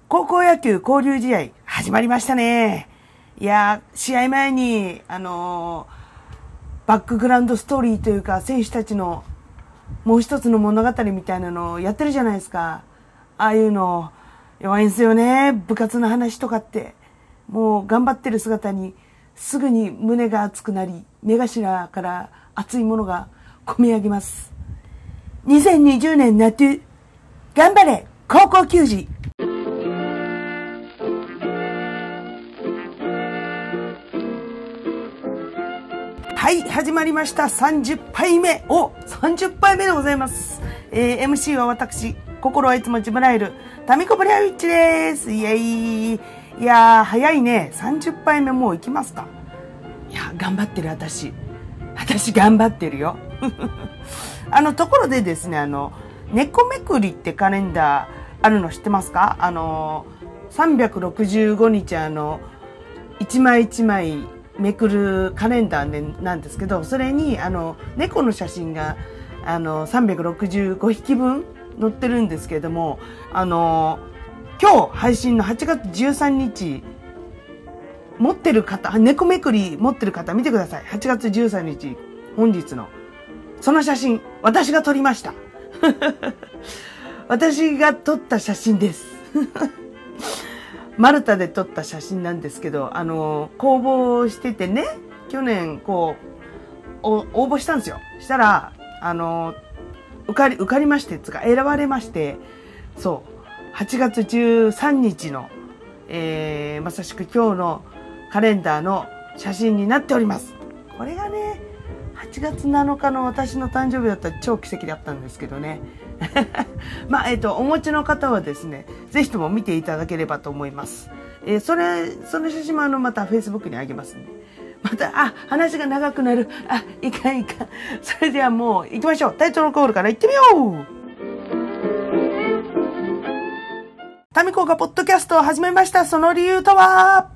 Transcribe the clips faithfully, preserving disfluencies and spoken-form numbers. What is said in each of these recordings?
高校野球交流試合始まりましたね。いやー、試合前に、あのー、バックグラウンドストーリーというか、選手たちのもう一つの物語みたいなのをやってるじゃないですか。ああいうの、弱いんですよね。部活の話とかって。もう頑張ってる姿に、すぐに胸が熱くなり、目頭から熱いものが込み上げます。にせんにじゅうねん夏、頑張れ高校球児。はい、始まりました。さんじゅっぱいめ。お、さんじゅっぱいめでございます。えー、エムシー は私、心はいつもジムライル、タミコブリアウィッチです。イエイ。いやー、早いね。さんじゅっぱいめもう行きますか。いや、頑張ってる私。私頑張ってるよ。あの、ところでですね、あの、猫めくりってカレンダーあるの知ってますか？あの、さんびゃくろくじゅうごにちあの、一枚一枚めくるカレンダーでなんですけど、それにあの猫の写真があのさんびゃくろくじゅうごひきぶん載ってるんですけれども、あの今日配信のはちがつじゅうさんにち持ってる方、猫めくり持ってる方見てください。はちがつじゅうさんにち本日のその写真、私が撮りました。私が撮った写真です。マルタで撮った写真なんですけど、あの、公募しててね、去年、こう、応募したんですよ。したら、あの、受かり、受かりまして、つか、選ばれまして、そう、はちがつじゅうさんにちの、えー、まさしく今日のカレンダーの写真になっております。これがね、はちがつなのかの私の誕生日だったら超奇跡だったんですけどね。まあ、えっと、お持ちの方はですね、ぜひとも見ていただければと思います。えー、それ、その写真もあの、また Facebook にあげますんで。また、あ、話が長くなる。あ、いかんいかん。それではもう行きましょう。タイトルコールから行ってみよう。タミコがポッドキャストを始めました。その理由とは、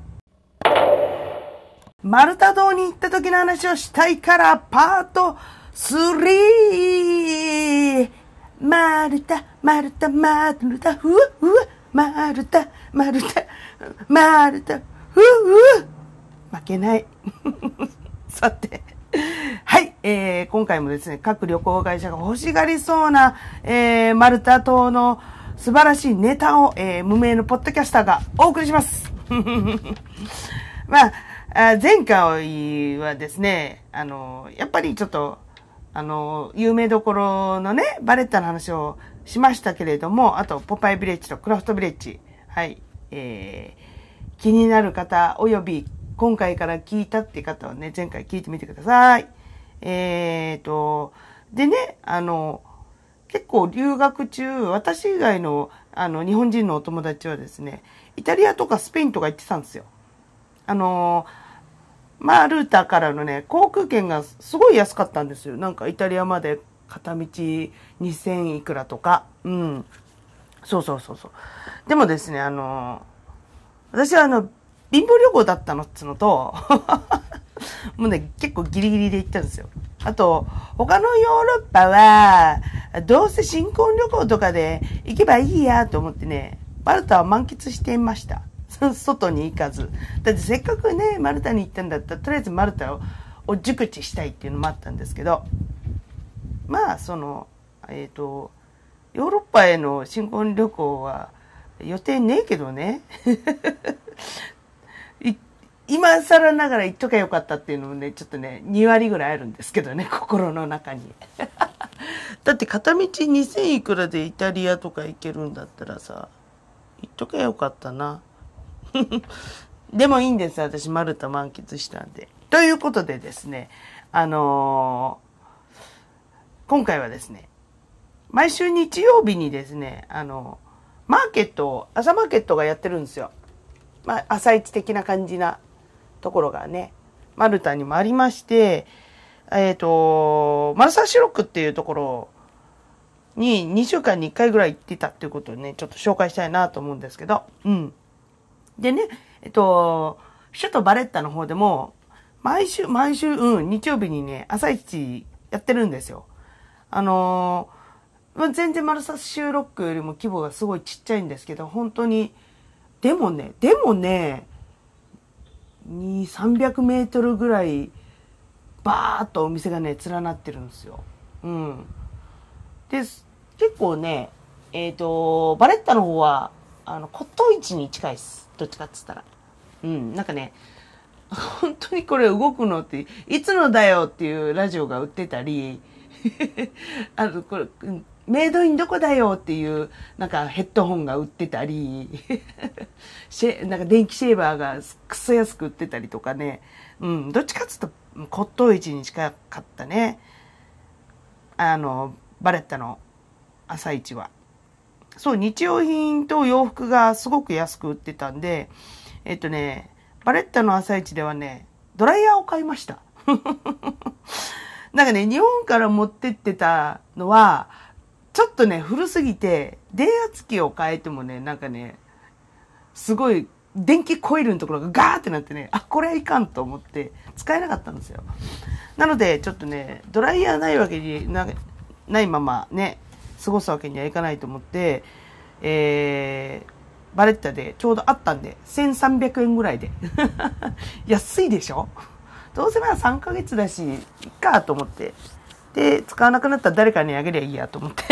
マルタ島に行った時の話をしたいからパートスリー。マルタ、マルタ、マルタ、ふわふわ、マルタ、マルタ、マルタ、ふわ。負けない。さて。はい、えー、今回もですね、各旅行会社が欲しがりそうな、えー、マルタ島の素晴らしいネタを、えー、無名のポッドキャスターがお送りします。まあ、あ前回はですね、あの、やっぱりちょっと、あの、有名どころのね、バレッタの話をしましたけれども、あと、ポパイビレッジとクラフトビレッジ。はい。えー、気になる方、および、今回から聞いたって方はね、前回聞いてみてください。えーと、でね、あの、結構留学中、私以外の、あの、日本人のお友達はですね、イタリアとかスペインとか行ってたんですよ。あの、マルタからのね、航空券がすごい安かったんですよ。なんかイタリアまで片道にせんいくらとか。うん。そうそうそうそう。でもですね、あの、私はあの、貧乏旅行だったのっつのと、もうね、結構ギリギリで行ったんですよ。あと、他のヨーロッパは、どうせ新婚旅行とかで行けばいいやと思ってね、マルタは満喫していました。外に行かず。だってせっかくね、マルタに行ったんだったら、とりあえずマルタを、を熟知したいっていうのもあったんですけど、まあ、その、えっと、ヨーロッパへの新婚旅行は予定ねえけどね。今更ながら言っときゃよかったっていうのもね、ちょっとね、にわりぐらいあるんですけどね、心の中に。だって片道にせんいくらでイタリアとか行けるんだったらさ、言っときゃよかったな。でもいいんです。私、マルタ満喫したんで。ということでですね、あのー、今回はですね、毎週日曜日にですね、あのー、マーケットを、朝マーケットがやってるんですよ。まあ、朝市的な感じなところがね、マルタにもありまして、えっと、マルサシロックっていうところににしゅうかんにいっかいぐらい行ってたっていうことをね、ちょっと紹介したいなと思うんですけど、うん。でね、えっと、首都バレッタの方でも、毎週、毎週、うん、日曜日にね、朝市やってるんですよ。あのー、全然マルサシュロックよりも規模がすごいちっちゃいんですけど、本当にでもね、でもね、に、さんびゃくメートルぐらい、バーっとお店がね、連なってるんですよ。うん。で、結構ね、えっと、バレッタの方は、あの、骨董市に近いです。どっちかっつったら。うん。なんかね、本当にこれ動くのって、いつのだよっていうラジオが売ってたり、あの、これ、メイドインどこだよっていう、なんかヘッドホンが売ってたり、シェなんか電気シェーバーがくそ安く売ってたりとかね。うん、どっちかっつうと骨董市に近かったね。あの、バレッタの朝市は。そう、日用品と洋服がすごく安く売ってたんで、えっとね、バレッタの朝市ではね、ドライヤーを買いました。なんかね、日本から持ってってたのは、ちょっとね、古すぎて、電圧器を変えてもね、なんかね、すごい、電気コイルのところがガーってなってね、あ、これはいかんと思って使えなかったんですよ。なので、ちょっとね、ドライヤーないわけにな、ないままね、過ごすわけにはいかないと思って、えー、バレッタでちょうどあったんで、せんさんびゃくえんぐらいで。安いでしょ？どうせまあさんかげつだし、いっかと思って。で、使わなくなったら誰かにあげりゃいいやと思って。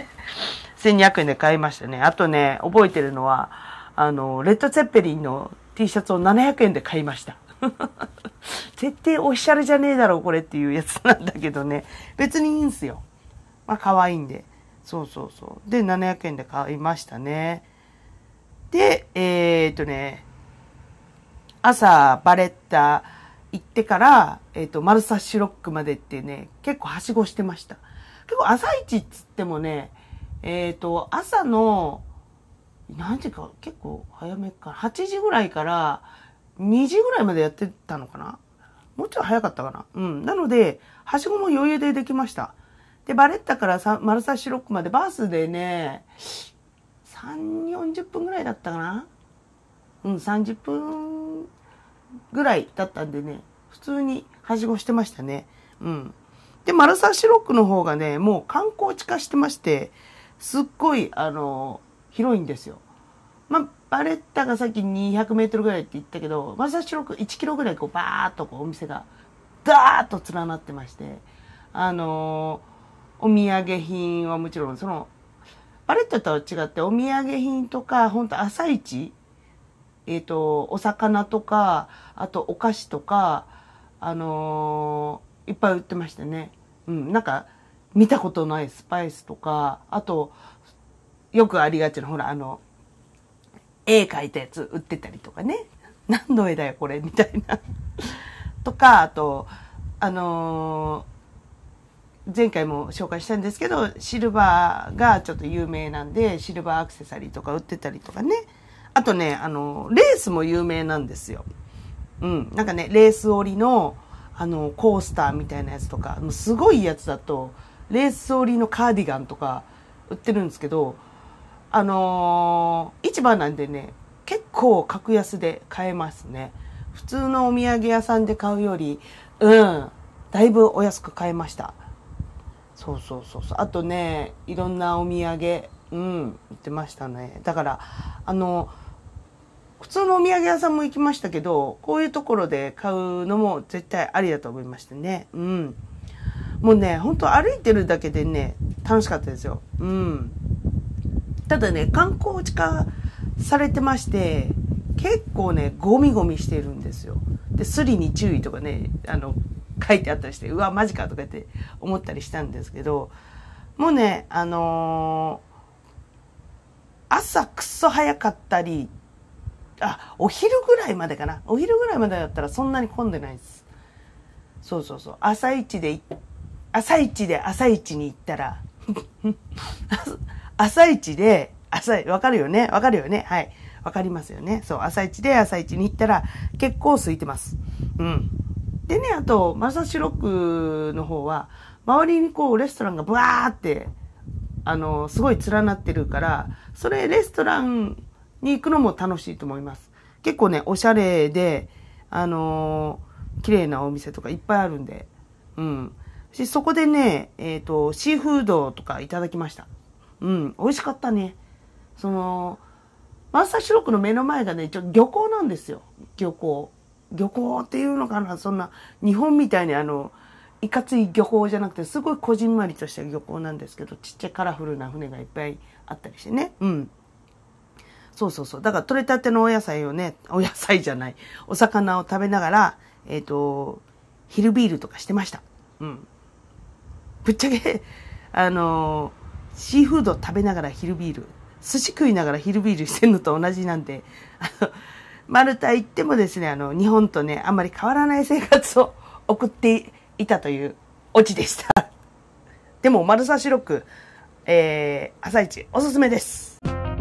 せんにひゃくえんで買いましたね。あとね、覚えてるのは、あの、レッド・ツェッペリンの T シャツをななひゃくえんで買いました。絶対オフィシャルじゃねえだろ、これっていうやつなんだけどね。別にいいんすよ。まあ、可愛いんで。そうそうそう。で、ななひゃくえんで買いましたね。で、えー、っとね、朝、バレッタ行ってから、えー、っと、マルサッシュロックまでってね、結構はしごしてました。結構朝一っつってもね、えー、っと、朝の、何時か、結構早めか、はちじぐらいからにじぐらいまでやってたのかな？もうちょっと早かったかな？うん。なので、はしごも余裕でできました。で、バレッタからさマルサッシュロックまでバースでね、さんじゅう、よんじゅっぷんぐらいだったかな？うん、さんじゅっぷんぐらいだったんでね、普通にはしごしてましたね。うん。で、マルサッシュロックの方がね、もう観光地化してまして、すっごい、あの、広いんですよ。まあ、バレッタがさっきにひゃくメートルぐらいって言ったけど、マルサッシュロックいちキロぐらいこうバーっとこうお店がダーッと連なってまして、あのー、お土産品はもちろん、その、バレッタとは違ってお土産品とか、ほんと朝市、えっと、お魚とか、あとお菓子とか、あのー、いっぱい売ってましたね。うん、なんか、見たことないスパイスとか、あと、よくありがちな、ほら、あの、絵描いたやつ売ってたりとかね。何の絵だよ、これ、みたいな。とか、あと、あのー、前回も紹介したんですけど、シルバーがちょっと有名なんで、シルバーアクセサリーとか売ってたりとかね。あとね、あの、レースも有名なんですよ。うん。なんかね、レース織りの、あの、コースターみたいなやつとか、すごいやつだと、レース織りのカーディガンとか売ってるんですけど、あのー、市場なんでね、結構格安で買えますね。普通のお土産屋さんで買うより、うん、だいぶお安く買えました。そうそうそうそう。あとね、いろんなお土産、うん、売ってましたね。だから、あの、普通のお土産屋さんも行きましたけど、こういうところで買うのも絶対ありだと思いましたね。うん。もうね、ほんと歩いてるだけでね、楽しかったですよ。うん。ただね、観光地化されてまして、結構ね、ゴミゴミしてるんですよ。で、スリに注意とかね、あの、書いてあったりして、うわ、マジかとかって思ったりしたんですけど、もうね、あのー、朝くっそ早かったり、あ、お昼ぐらいまでかな。お昼ぐらいまでだったらそんなに混んでないです。そうそうそう。朝一で、朝一で朝一に行ったら、朝一で、朝、わかるよねわかるよねはい。わかりますよね。そう、朝一で朝一に行ったら結構空いてます。うん。でね、あと、マルサッシュロックの方は、周りにこう、レストランがブワーって、あの、すごい連なってるから、それレストランに行くのも楽しいと思います。結構ね、おしゃれで、あのー、綺麗なお店とかいっぱいあるんで、うん。しそこでね、えっと、シーフードとかいただきました。うん、美味しかったね。その、 マルタシロックの目の前がね、ちょっと漁港なんですよ。漁港。漁港っていうのかな、そんな、日本みたいにあの、いかつい漁港じゃなくて、すごいこじんまりとした漁港なんですけど、ちっちゃいカラフルな船がいっぱいあったりしてね。うん。そうそうそう。だから取れたてのお野菜をね、お野菜じゃない、お魚を食べながら、えっと、昼ビールとかしてました。うん。ぶっちゃけ、あの、シーフード食べながら昼ビール、寿司食いながら昼ビールしてるのと同じなんで、あの、マルタ行ってもですね、あの、日本とね、あんまり変わらない生活を送っていたというオチでした。でも、マルサシロック、えー、朝一おすすめです。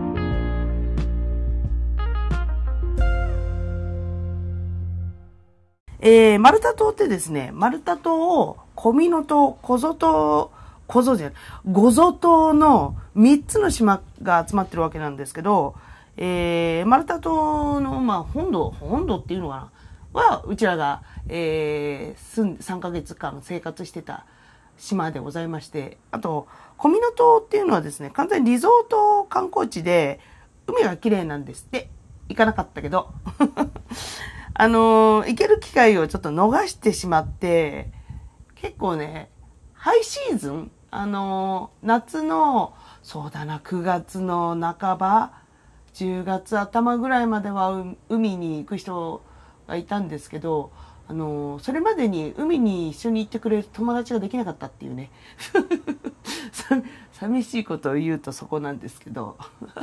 えー、マルタ島ってですね、マルタ島をコミノ島、コゾ島、コゾじゃない、ゴゾ島のみっつの島が集まってるわけなんですけど、えー、マルタ島の、まあ、本土、本土っていうのかなは、うちらが、えー、住ん、さんかげつかん生活してた島でございまして、あと、コミノ島っていうのはですね、完全にリゾート観光地で、海が綺麗なんですって。行かなかったけど。あのー、行ける機会をちょっと逃してしまって、結構ね、ハイシーズンあのー、夏の、そうだな、くがつの半ば、じゅうがつ頭ぐらいまでは海に行く人がいたんですけど、あのー、それまでに海に一緒に行ってくれる友達ができなかったっていうね。寂しいことを言うとそこなんですけど。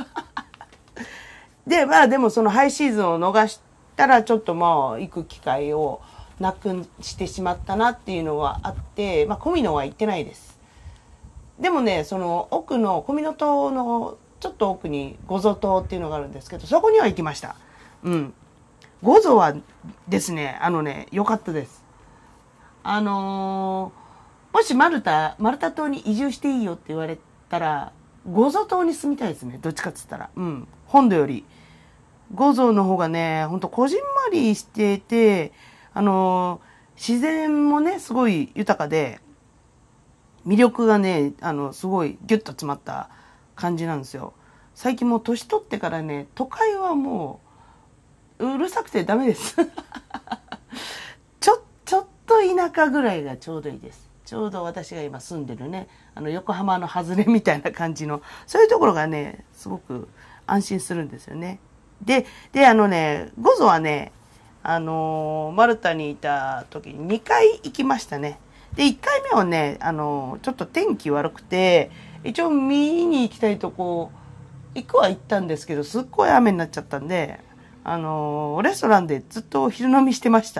で、まあでもそのハイシーズンを逃したらちょっとまあ行く機会をなくしてしまったなっていうのはあって、まあコミノは行ってないです。でもね、その奥のコミノ島のちょっと奥にゴゾ島っていうのがあるんですけど、そこには行きました。うん。ゴゾはですね、あのね、良かったです。あのー、もしマルタ、マルタ島に移住していいよって言われたら、ゴゾ島に住みたいですね。どっちかっつったら。うん。本土より。ゴゾの方がね、ほんとこじんまりしてて、あのー、自然もね、すごい豊かで、魅力がね、あの、すごいギュッと詰まった感じなんですよ。最近もう年取ってからね、都会はもう、うるさくてダメです。ちょ、ちょっと田舎ぐらいがちょうどいいです。ちょうど私が今住んでるね、あの、横浜の外れみたいな感じの、そういうところがね、すごく安心するんですよね。で、で、あのね、ゴゾはね、あのー、マルタにいた時ににかい行きましたね。で、いっかいめはね、あの、ちょっと天気悪くて、一応見に行きたいとこ、行くは行ったんですけど、すっごい雨になっちゃったんで、あの、レストランでずっと昼飲みしてました。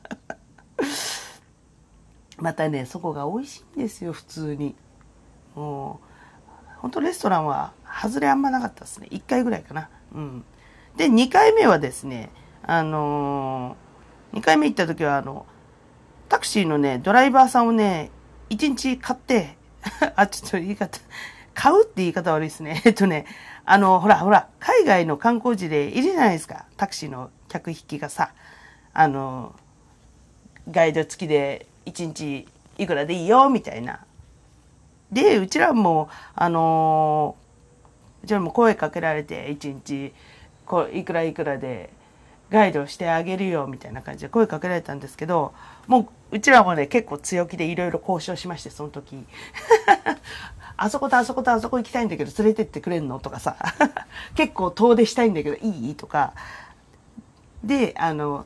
またね、そこが美味しいんですよ、普通に。もう、本当レストランは、外れあんまなかったですね。いっかいぐらいかな。うん。で、にかいめはですね、あのー、にかいめ行った時は、あの、タクシーのね、ドライバーさんをね、一日買って、あ、ちょっと言い方、買うって言い方悪いですね。えっとね、あの、ほらほら、海外の観光地でいるじゃないですか。タクシーの客引きがさ、あの、ガイド付きで一日いくらでいいよ、みたいな。で、うちらも、あの、うちらも声かけられて、一日、こう、いくらいくらで、ガイドしてあげるよみたいな感じで声かけられたんですけど、もううちらもね結構強気でいろいろ交渉しまして、その時あそことあそことあそこ行きたいんだけど連れてってくれんのとかさ結構遠出したいんだけどいいとかで、あの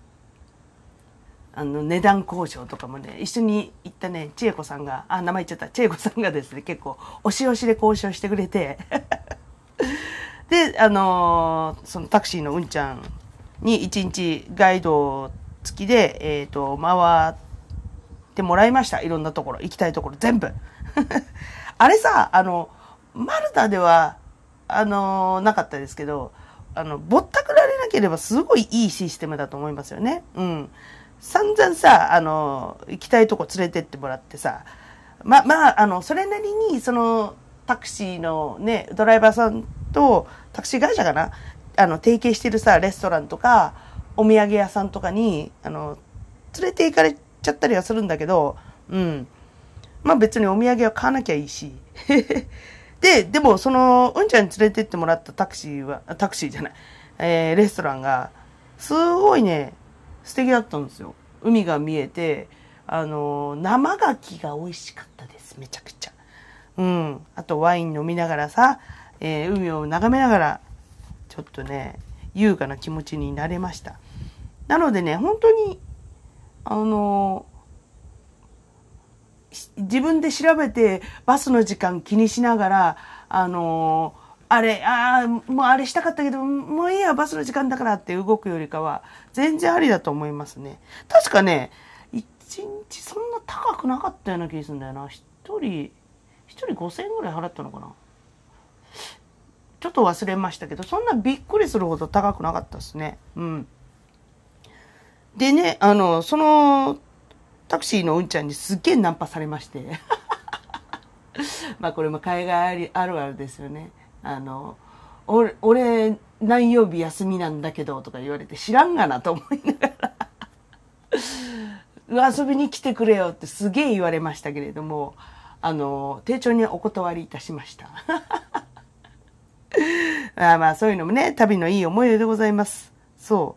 あの値段交渉とかもね、一緒に行ったね千恵子さんが、あ、名前言っちゃった、千恵子さんがですね結構押し押しで交渉してくれてで、あのそのタクシーのうんちゃんに一日ガイド付きで、えっと、回ってもらいました。いろんなところ、行きたいところ全部。あれさ、あの、マルタでは、あの、なかったですけど、あの、ぼったくられなければすごいいいシステムだと思いますよね。うん。散々さ、あの、行きたいとこ連れてってもらってさ、ま、まあ、あの、それなりに、その、タクシーのね、ドライバーさんと、タクシー会社かな、あの、提携してるさ、レストランとか、お土産屋さんとかに、あの、連れて行かれちゃったりはするんだけど、うん。まあ別にお土産は買わなきゃいいし。 で、でもその、うんちゃんに連れてってもらったタクシーは、タクシーじゃない、えー、レストランが、すごいね、素敵だったんですよ。海が見えて、あの、生牡蠣が美味しかったです。めちゃくちゃ。うん。あとワイン飲みながらさ、えー、海を眺めながら、ちょっとね、優雅な気持ちになれました。なのでね、本当に、あの、自分で調べて、バスの時間気にしながら、あの、あれ、ああ、もうあれしたかったけど、もういいや、バスの時間だからって動くよりかは、全然ありだと思いますね。確かね、一日そんな高くなかったような気がするんだよな。一人、一人ごせんえんぐらい払ったのかな。ちょっと忘れましたけど、そんなびっくりするほど高くなかったですね。うん。でね、あの、その、タクシーのうんちゃんにすっげえナンパされまして。まあこれも海外あるあるですよね。あの、俺、俺何曜日休みなんだけどとか言われて知らんがなと思いながら遊びに来てくれよってすげえ言われましたけれども、あの、丁重にお断りいたしました。あまあそういうのもね、旅のいい思い出でございます。そう。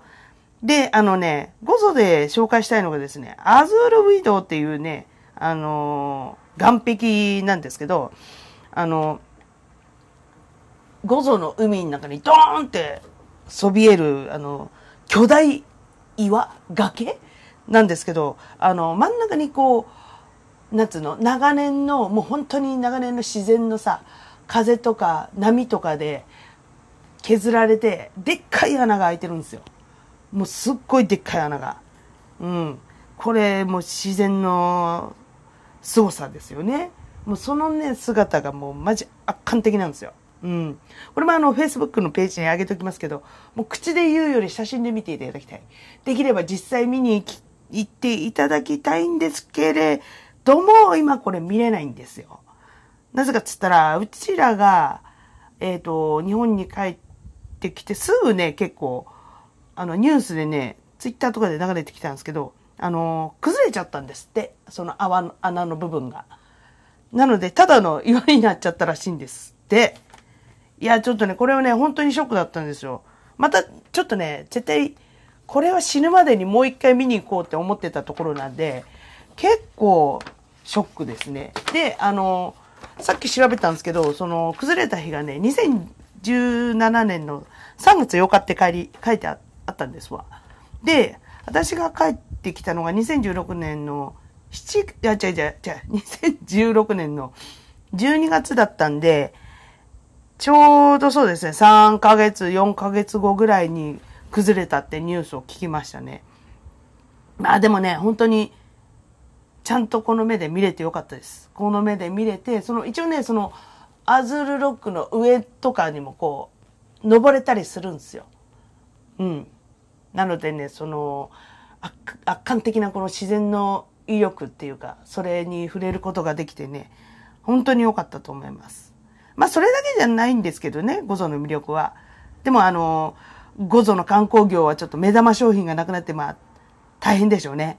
で、あのね、ゴゾで紹介したいのがですね、アズールウィドウっていうね、あの、岸壁なんですけど、あの、ゴゾの海の中にドーンってそびえる、あの、巨大岩崖なんですけど、あの、真ん中にこう、なんつうの、長年の、もう本当に長年の自然のさ、風とか波とかで削られて、でっかい穴が開いてるんですよ。もうすっごいでっかい穴が。うん。これもう自然の凄さですよね。もうそのね、姿がもうマジ圧巻的なんですよ。うん。これもあの、Facebook のページに上げておきますけど、もう口で言うより写真で見ていただきたい。できれば実際見に行っていただきたいんですけれども、今これ見れないんですよ。なぜかっつったら、うちらが、えっと、日本に帰ってきてすぐね、結構、あの、ニュースでね、ツイッターとかで流れてきたんですけど、あの、崩れちゃったんですって。その泡の、穴の部分が。なので、ただの岩になっちゃったらしいんですって。いや、ちょっとね、これはね、本当にショックだったんですよ。また、ちょっとね、絶対、これは死ぬまでにもう一回見に行こうって思ってたところなんで、結構、ショックですね。で、あの、さっき調べたんですけど、その、崩れた日がね、にせんじゅうななねんのさんがつようかって帰り、書いてあったんですわ。で、私が帰ってきたのがにせんじゅうろくねんのしち、いや、違う違う違う、にせんじゅうろくねんのじゅうにがつだったんで、ちょうどそうですね、さんかげつ、よんかげつごぐらいに崩れたってニュースを聞きましたね。まあでもね、本当に、ちゃんとこの目で見れてよかったです。この目で見れて、その、一応ね、その、アズールロックの上とかにもこう、登れたりするんですよ。うん。なのでね、その、圧巻的なこの自然の威力っていうか、それに触れることができてね、本当に良かったと思います。まあ、それだけじゃないんですけどね、ゴゾの魅力は。でもあの、ゴゾの観光業はちょっと目玉商品がなくなって、まあ、大変でしょうね。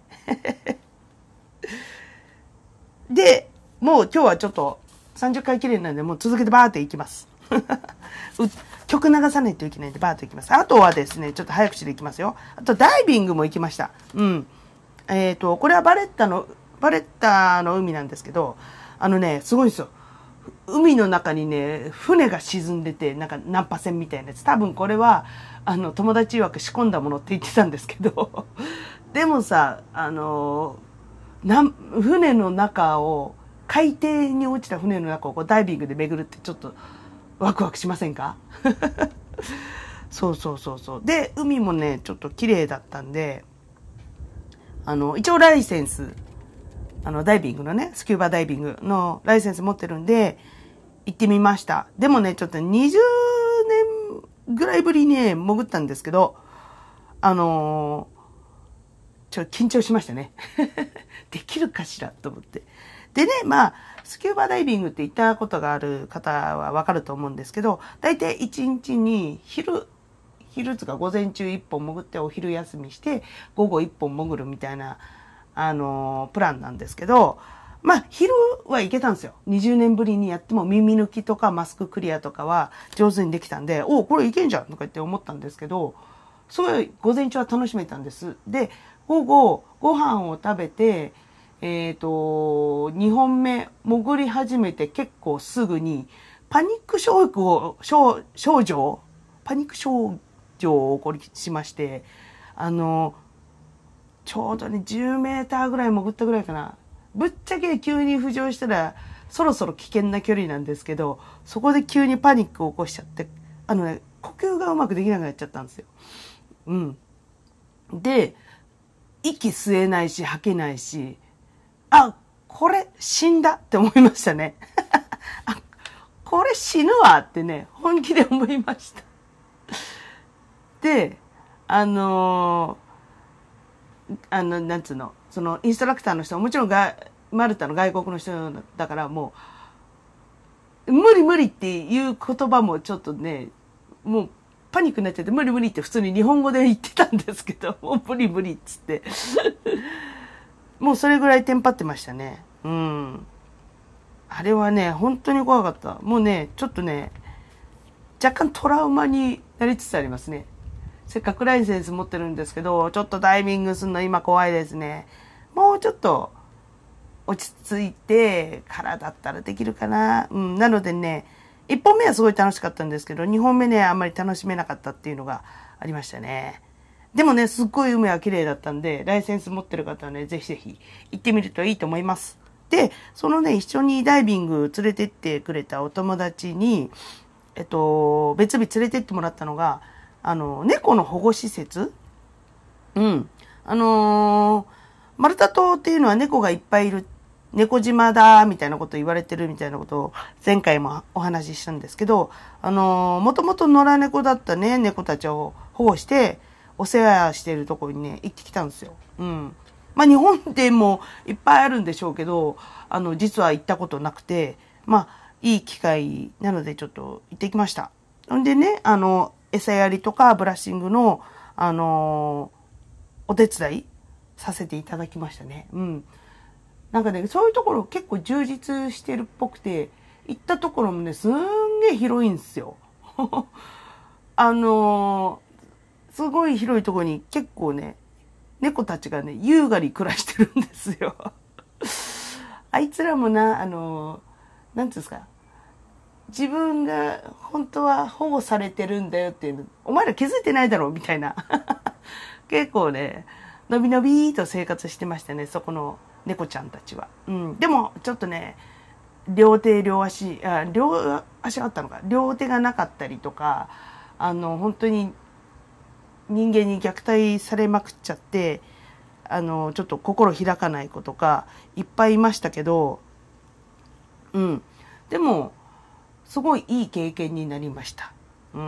で、もう今日はちょっとさんじゅっかいきれいなんで、もう続けてバーっていきます。曲流さないといけないんでバーッといきます。あとはですね、ちょっと早口でいきますよ。あとダイビングも行きました。うん。えっと、これはバレッタの、バレッタの海なんですけど、あのね、すごいんですよ。海の中にね、船が沈んでて、なんか難破船みたいなやつ。多分これは、あの、友達曰く仕込んだものって言ってたんですけど、でもさ、あの、な船の中を、海底に落ちた船の中をこうダイビングで巡るってちょっと、ワクワクしませんか？そうそうそうそう。で、海もね、ちょっと綺麗だったんで、あの、一応ライセンス、あの、ダイビングのね、スキューバダイビングのライセンス持ってるんで、行ってみました。でもね、ちょっとにじゅうねんぐらいぶりにね、潜ったんですけど、あのー、ちょっと緊張しましたね。できるかしらと思って。でね、まあ、スキューバダイビングって行ったことがある方はわかると思うんですけど、だいたいいちにちに昼、昼つか午前中いっぽん潜ってお昼休みして、午後いっぽん潜るみたいな、あのー、プランなんですけど、 まあ、昼はいけたんですよ。にじゅうねんぶりにやっても耳抜きとかマスククリアとかは上手にできたんで、おお、これいけんじゃんとか言って思ったんですけど、すごい午前中は楽しめたんです。で、午後、ご飯を食べて、えっと、にほんめ潜り始めて結構すぐに、パニック症状、症症状パニック症状を起こりしまして、あの、ちょうどね、じゅうメーターぐらい潜ったぐらいかな。ぶっちゃけ急に浮上したら、そろそろ危険な距離なんですけど、そこで急にパニックを起こしちゃって、あのね、呼吸がうまくできなくなっちゃったんですよ。うん。で、息吸えないし、吐けないし、あ、これ死んだって思いましたね。あ、これ死ぬわってね、本気で思いました。で、あのー、あの、なんつうの、そのインストラクターの人はもちろんがマルタの外国の人だからもう、無理無理っていう言葉もちょっとね、もうパニックになっちゃって無理無理って普通に日本語で言ってたんですけど、もう無理無理っつって。もうそれぐらいテンパってましたね。うん。あれはね、本当に怖かった。もうね、ちょっとね、若干トラウマになりつつありますね。せっかくライセンス持ってるんですけど、ちょっとダイビングするの今怖いですね。もうちょっと落ち着いてからだったらできるかな。うん。なのでね、いっぽんめはすごい楽しかったんですけど、にほんめね、あんまり楽しめなかったっていうのがありましたね。でもね、すっごい海は綺麗だったんで、ライセンス持ってる方はね、ぜひぜひ行ってみるといいと思います。で、そのね、一緒にダイビング連れてってくれたお友達に、えっと、別日連れてってもらったのが、あの、猫の保護施設。うん。あのー、マルタ島っていうのは猫がいっぱいいる、猫島だ、みたいなこと言われてるみたいなことを前回もお話ししたんですけど、あのー、もともと野良猫だったね、猫たちを保護して、お世話してるところにね、行ってきたんですよ。うん。まあ日本でもいっぱいあるんでしょうけど、あの、実は行ったことなくて、まあ、いい機会なのでちょっと行ってきました。んでね、あの、餌やりとかブラッシングの、あのー、お手伝いさせていただきましたね。うん。なんかね、そういうところ結構充実してるっぽくて、行ったところもね、すんげえ広いんですよ。あのー、すごい広いところに結構ね、猫たちがね、優雅に暮らしてるんですよ。あいつらもな、あのー、なんつうんですか、自分が本当は保護されてるんだよっていうの、お前ら気づいてないだろみたいな。結構ね、のびのびーと生活してましたね、そこの猫ちゃんたちは。うん。でも、ちょっとね、両手両足、あ、両足あったのか、両手がなかったりとか、あの、本当に人間に虐待されまくっちゃって、あの、ちょっと心開かない子とか、いっぱいいましたけど、うん。でも、すごいいい経験になりました。うん。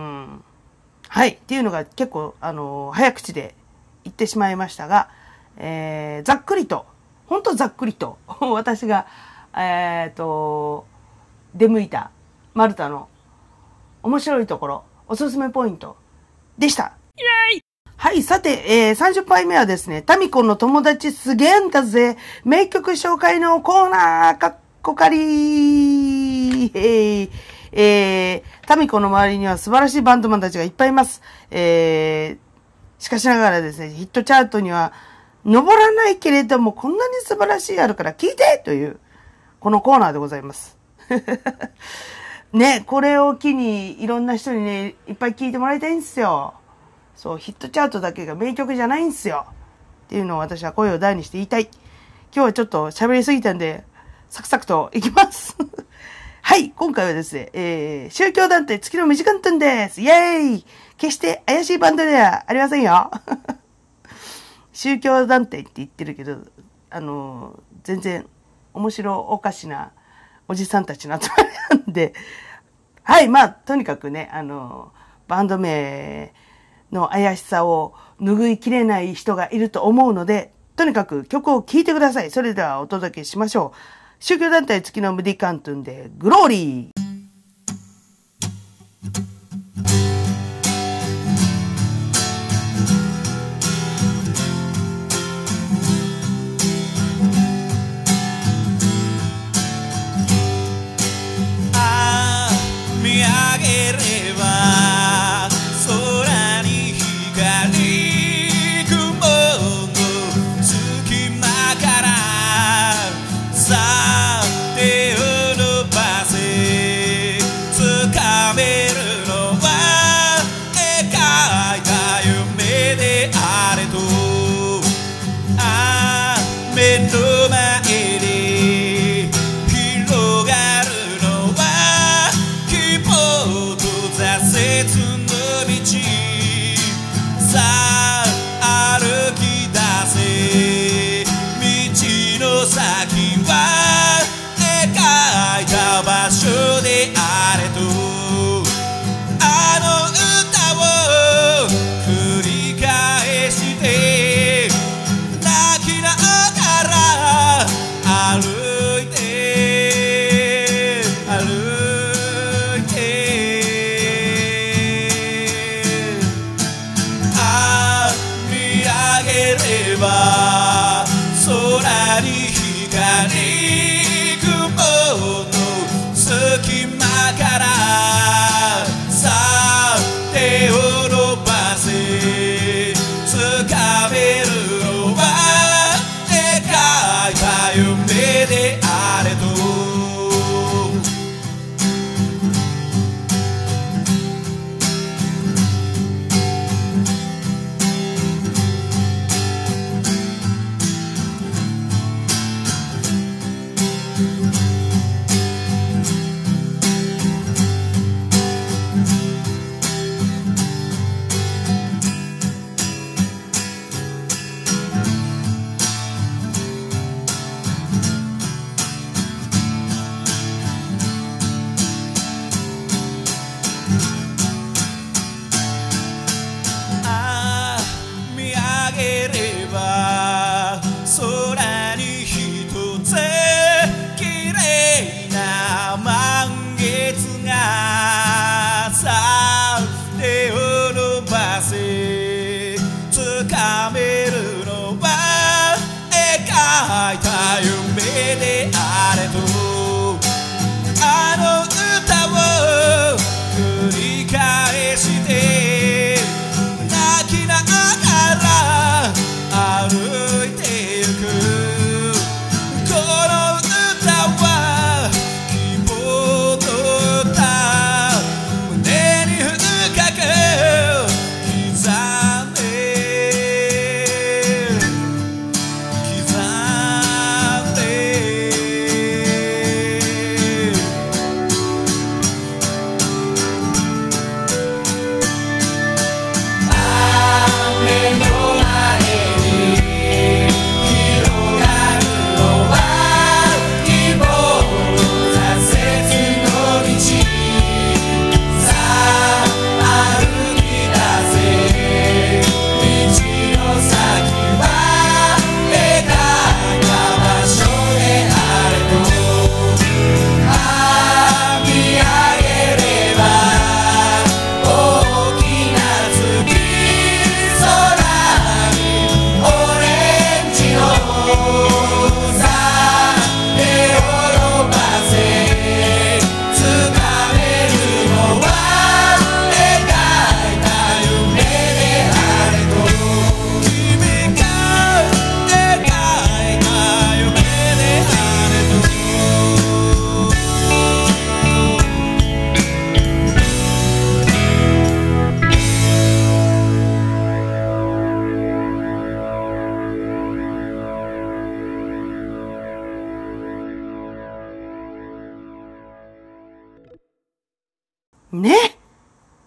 はい。っていうのが結構、あの、早口で言ってしまいましたが、えー、ざっくりと、ほんとざっくりと、私が、えっと、出向いたマルタの面白いところ、おすすめポイントでした。イエーイ！はい、さて、えー、さんじゅっぱいめはですね、タミコの友達すげえんだぜ、名曲紹介のコーナー、かっこかりー、えー、えー、タミコの周りには素晴らしいバンドマンたちがいっぱいいます。えー、しかしながらですね、ヒットチャートには登らないけれども、こんなに素晴らしいあるから聞いてという、このコーナーでございます。ね、これを機にいろんな人にね、いっぱい聞いてもらいたいんですよ。そう、ヒットチャートだけが名曲じゃないんですよ。っていうのを私は声を大にして言いたい。今日はちょっと喋りすぎたんで、サクサクといきます。はい、今回はですね、えー、宗教団体月の短間トゥンです。イェーイ！決して怪しいバンドではありませんよ。宗教団体って言ってるけど、あのー、全然面白おかしなおじさんたちの集まりなんで、はい、まあ、とにかくね、あのー、バンド名の怪しさを拭いきれない人がいると思うので、とにかく曲を聴いてください。それではお届けしましょう。宗教団体月のムディカントゥンでグローリー。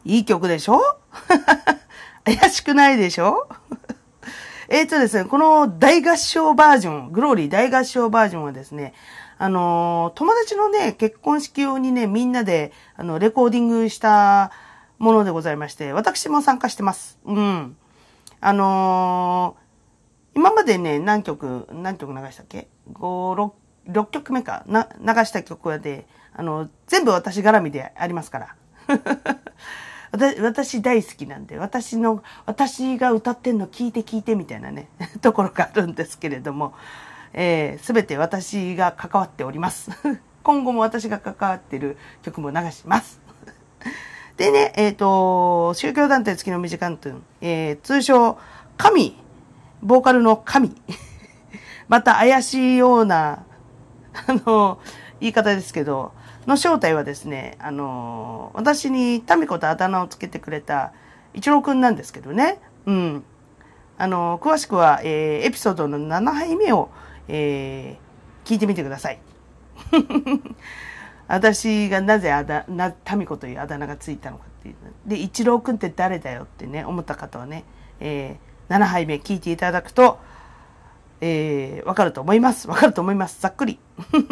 いい曲でしょ怪しくないでしょえっとですね、この大合唱バージョン、グローリー大合唱バージョンはですね、あのー、友達のね、結婚式用にね、みんなで、あの、レコーディングしたものでございまして、私も参加してます。うん。あのー、今までね、何曲、何曲流したっけ ?ご、ろく、ろっきょくめかな、流した曲はで、あの、全部私絡みでありますから。私大好きなんで、私の、私が歌ってんの聞いて聞いてみたいなね、ところがあるんですけれども、えー、すべて私が関わっております。今後も私が関わっている曲も流します。でね、えっと、宗教団体月のミュージカントゥン、えー、通称、神、ボーカルの神。また怪しいような、あの、言い方ですけど、の正体はですね、あの、私にタミコとあだ名をつけてくれた一郎くんなんですけどね。うん。あの、詳しくは、えー、エピソードのななはいめを、えー、聞いてみてください。私がなぜあだ、な、タミコというあだ名がついたのかっていう。で、一郎くんって誰だよってね、思った方はね、えー、ななはいめ聞いていただくと、えー、わかると思います。わかると思います。ざっくり。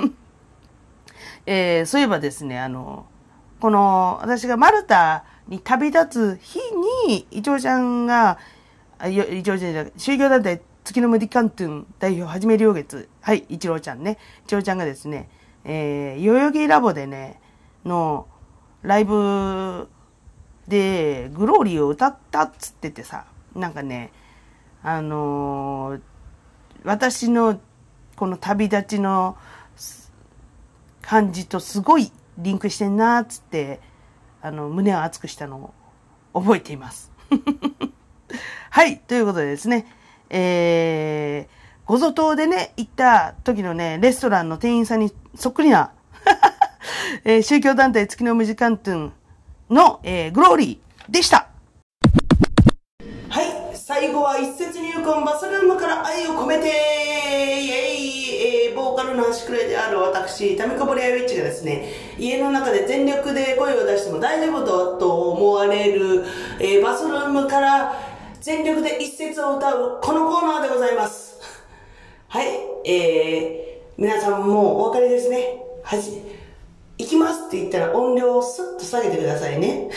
えー、そういえばですね、あの、この、私がマルタに旅立つ日に、イチョウちゃんが、イチョウちゃんじゃない、宗教団体月のムディカントゥン代表はじめりょうげつ、はい、イチローちゃんね、イチローちゃんがですね、えー、代々木ラボでね、の、ライブで、グローリーを歌ったっつっててさ、なんかね、あのー、私の、この旅立ちの、感じとすごいリンクしてんなーっつって、あの、胸を熱くしたのを覚えています。はい、ということでですね、えー、ごぞ島でね、行った時のね、レストランの店員さんにそっくりな、えー、宗教団体月のムジカントゥンの、えー、グローリーでした。はい、最後は一節入魂バスルームから愛を込めて、イエイ、えー、ボーカルの端くれである私、タミコボリアウィッチがですね、家の中で全力で声を出しても大丈夫だと思われる、えー、バスルームから全力で一節を歌うこのコーナーでございます。はい、えー、皆さんもうお分かりですね。はじ、行きますって言ったら音量をスッと下げてくださいね。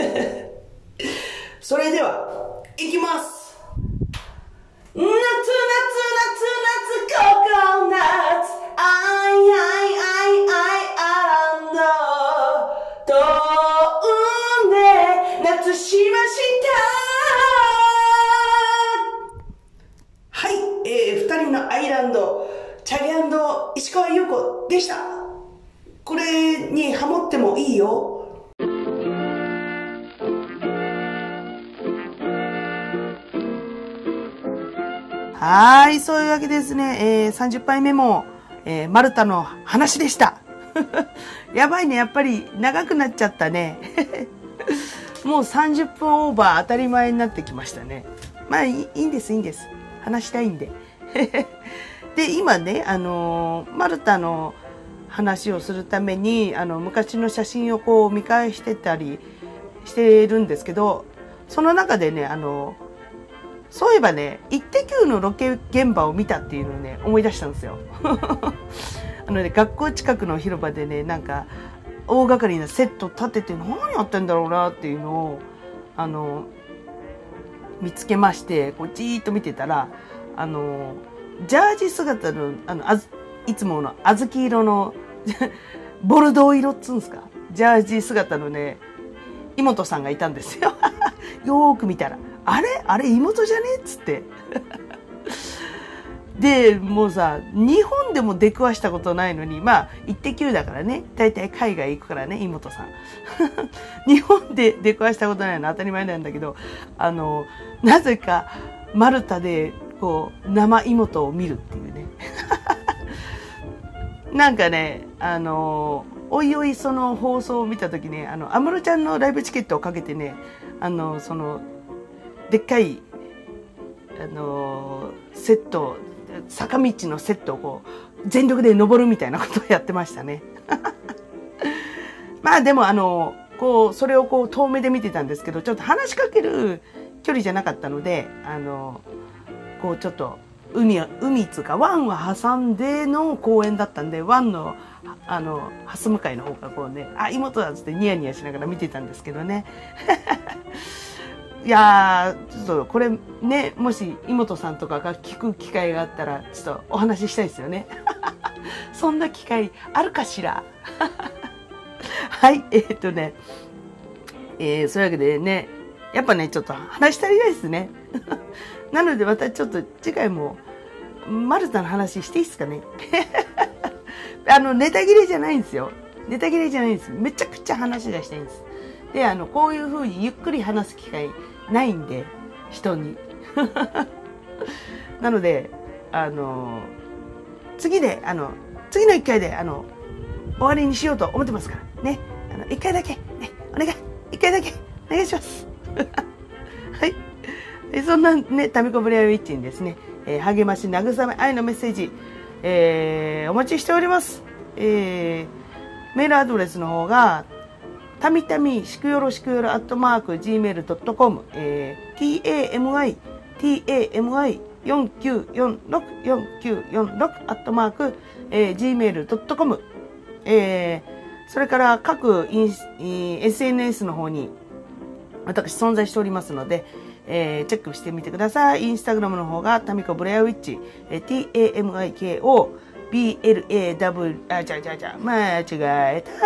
それでは、行きます。夏夏夏夏夏ココナッツアイアイアイアイアランド飛んで夏しました。はい、えー、二人のアイランドチャゲ&石川優子でした。これにハモってもいいよ。はい、そういうわけですね。えー、さんじゅっぱいめも、えー、マルタの話でした。やばいね、やっぱり長くなっちゃったね。もうさんじゅっぷんオーバー当たり前になってきましたね。まあいい、いいんです、いいんです。話したいんで。で、今ね、あのー、マルタの話をするために、あの、昔の写真をこう見返してたりしてるんですけど、その中でね、あのー、そういえばね、イッテ Q のロケ現場を見たっていうのをね、思い出したんですよ。あのね、学校近くの広場でね、なんか、大掛かりなセット立てて何やってんだろうなっていうのを、あの、見つけまして、こうじーっと見てたら、あの、ジャージ姿の、あの、あずいつもの小豆色の、ボルドー色っつうんですか、ジャージ姿のね、妹さんがいたんですよ。よーく見たら。あれあれ妹じゃねっつって。で、もうさ、日本でも出くわしたことないのに、まあ、イッテ Q だからね、大体海外行くからね、妹さん。日本で出くわしたことないのは当たり前なんだけど、あの、なぜか、マルタで、こう、生妹を見るっていうね。なんかね、あの、おいおいその放送を見たときね、あの、安室ちゃんのライブチケットをかけてね、あの、その、でっかい、あのー、セット、坂道のセットをこう、全力で登るみたいなことをやってましたね。まあでもあの、 こう、それをこう遠目で見てたんですけど、ちょっと話しかける距離じゃなかったので、あの、こうちょっと、海、海つうか、湾を挟んでの公園だったんで、湾の、あの、蓮向かいの方がこうね、あ、妹だっつってニヤニヤしながら見てたんですけどね。いやー、ちょっとこれね、もし妹さんとかが聞く機会があったら、ちょっとお話ししたいですよね。そんな機会あるかしら。はい、えー、っとね、えー、そういうわけでね、やっぱね、ちょっと話し足りないですね。なのでまたちょっと次回も、マルタの話していいですかね。あの、ネタ切れじゃないんですよ。ネタ切れじゃないんです。めちゃくちゃ話がしたいんです。で、あの、こういう風にゆっくり話す機会ないんで、人に。なので、あの、次で、あの、次の一回で、あの、終わりにしようと思ってますから。ね。あの、一回だけ、ね、お願い。一回だけ、お願いします。はい。そんなね、タミコブレアウィッチにですね、えー、励まし、慰め、愛のメッセージ、えー、お待ちしております。えー、メールアドレスの方が、たみたみしくよろしくよろアットマーク ジーメールドットコム、えー、tami tami よんきゅうよんろく よんきゅうよんろくアットマーク、えー、ジーメールドットコム、えー、それから各インス エスエヌエス の方に私存在しておりますので、えー、チェックしてみてください。インスタグラムの方がタミコブレアウィッチ、えー、tamiko blaw あ、ちゃうちゃうちゃう、間違えた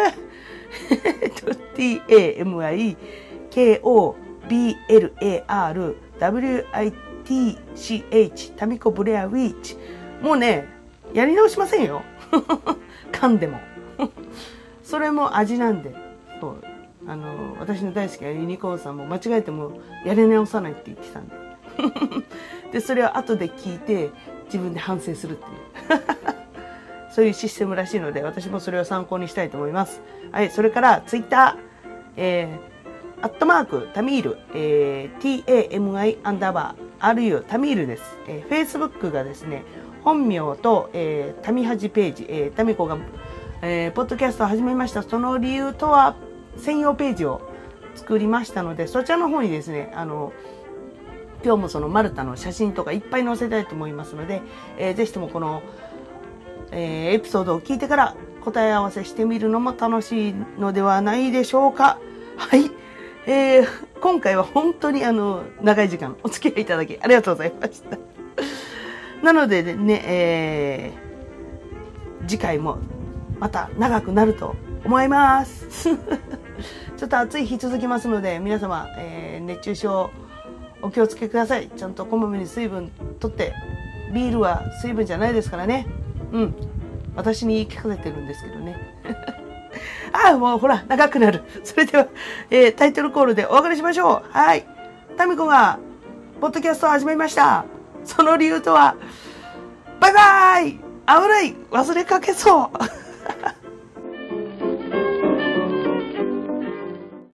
tamiko blarawitch タミコブレアウィッチ、もうね、やり直しませんよ。噛んでも。それも味なんで。そう、あの、私の大好きなユニコーンさんも間違えてもやり直さないって言ってたんで。で、それを後で聞いて自分で反省するっていう。そういうシステムらしいので、私もそれを参考にしたいと思います。はい、それからツイッター、えー、アットマークタミール、えー、tami アンダーバー ru タミールです。えー、Facebook がですね、本名と、えー、タミハジページ、えー、タミコが、えー、ポッドキャストを始めました。その理由とは専用ページを作りましたので、そちらの方にですね、あの今日もそのマルタの写真とかいっぱい載せたいと思いますので、えー、ぜひともこのえー、エピソードを聞いてから答え合わせしてみるのも楽しいのではないでしょうか。はい。えー、今回は本当にあの、長い時間お付き合いいただきありがとうございました。なのでね、えー、次回もまた長くなると思います。ちょっと暑い日続きますので、皆様、えー、熱中症お気をつけください。ちゃんとこまめに水分とって、ビールは水分じゃないですからね。うん。私に言い聞かせてるんですけどね。ああ、もうほら、長くなる。それでは、えー、タイトルコールでお別れしましょう。はい。タミコが、ポッドキャストを始めました。その理由とは、バイバーイ危ない忘れかけそう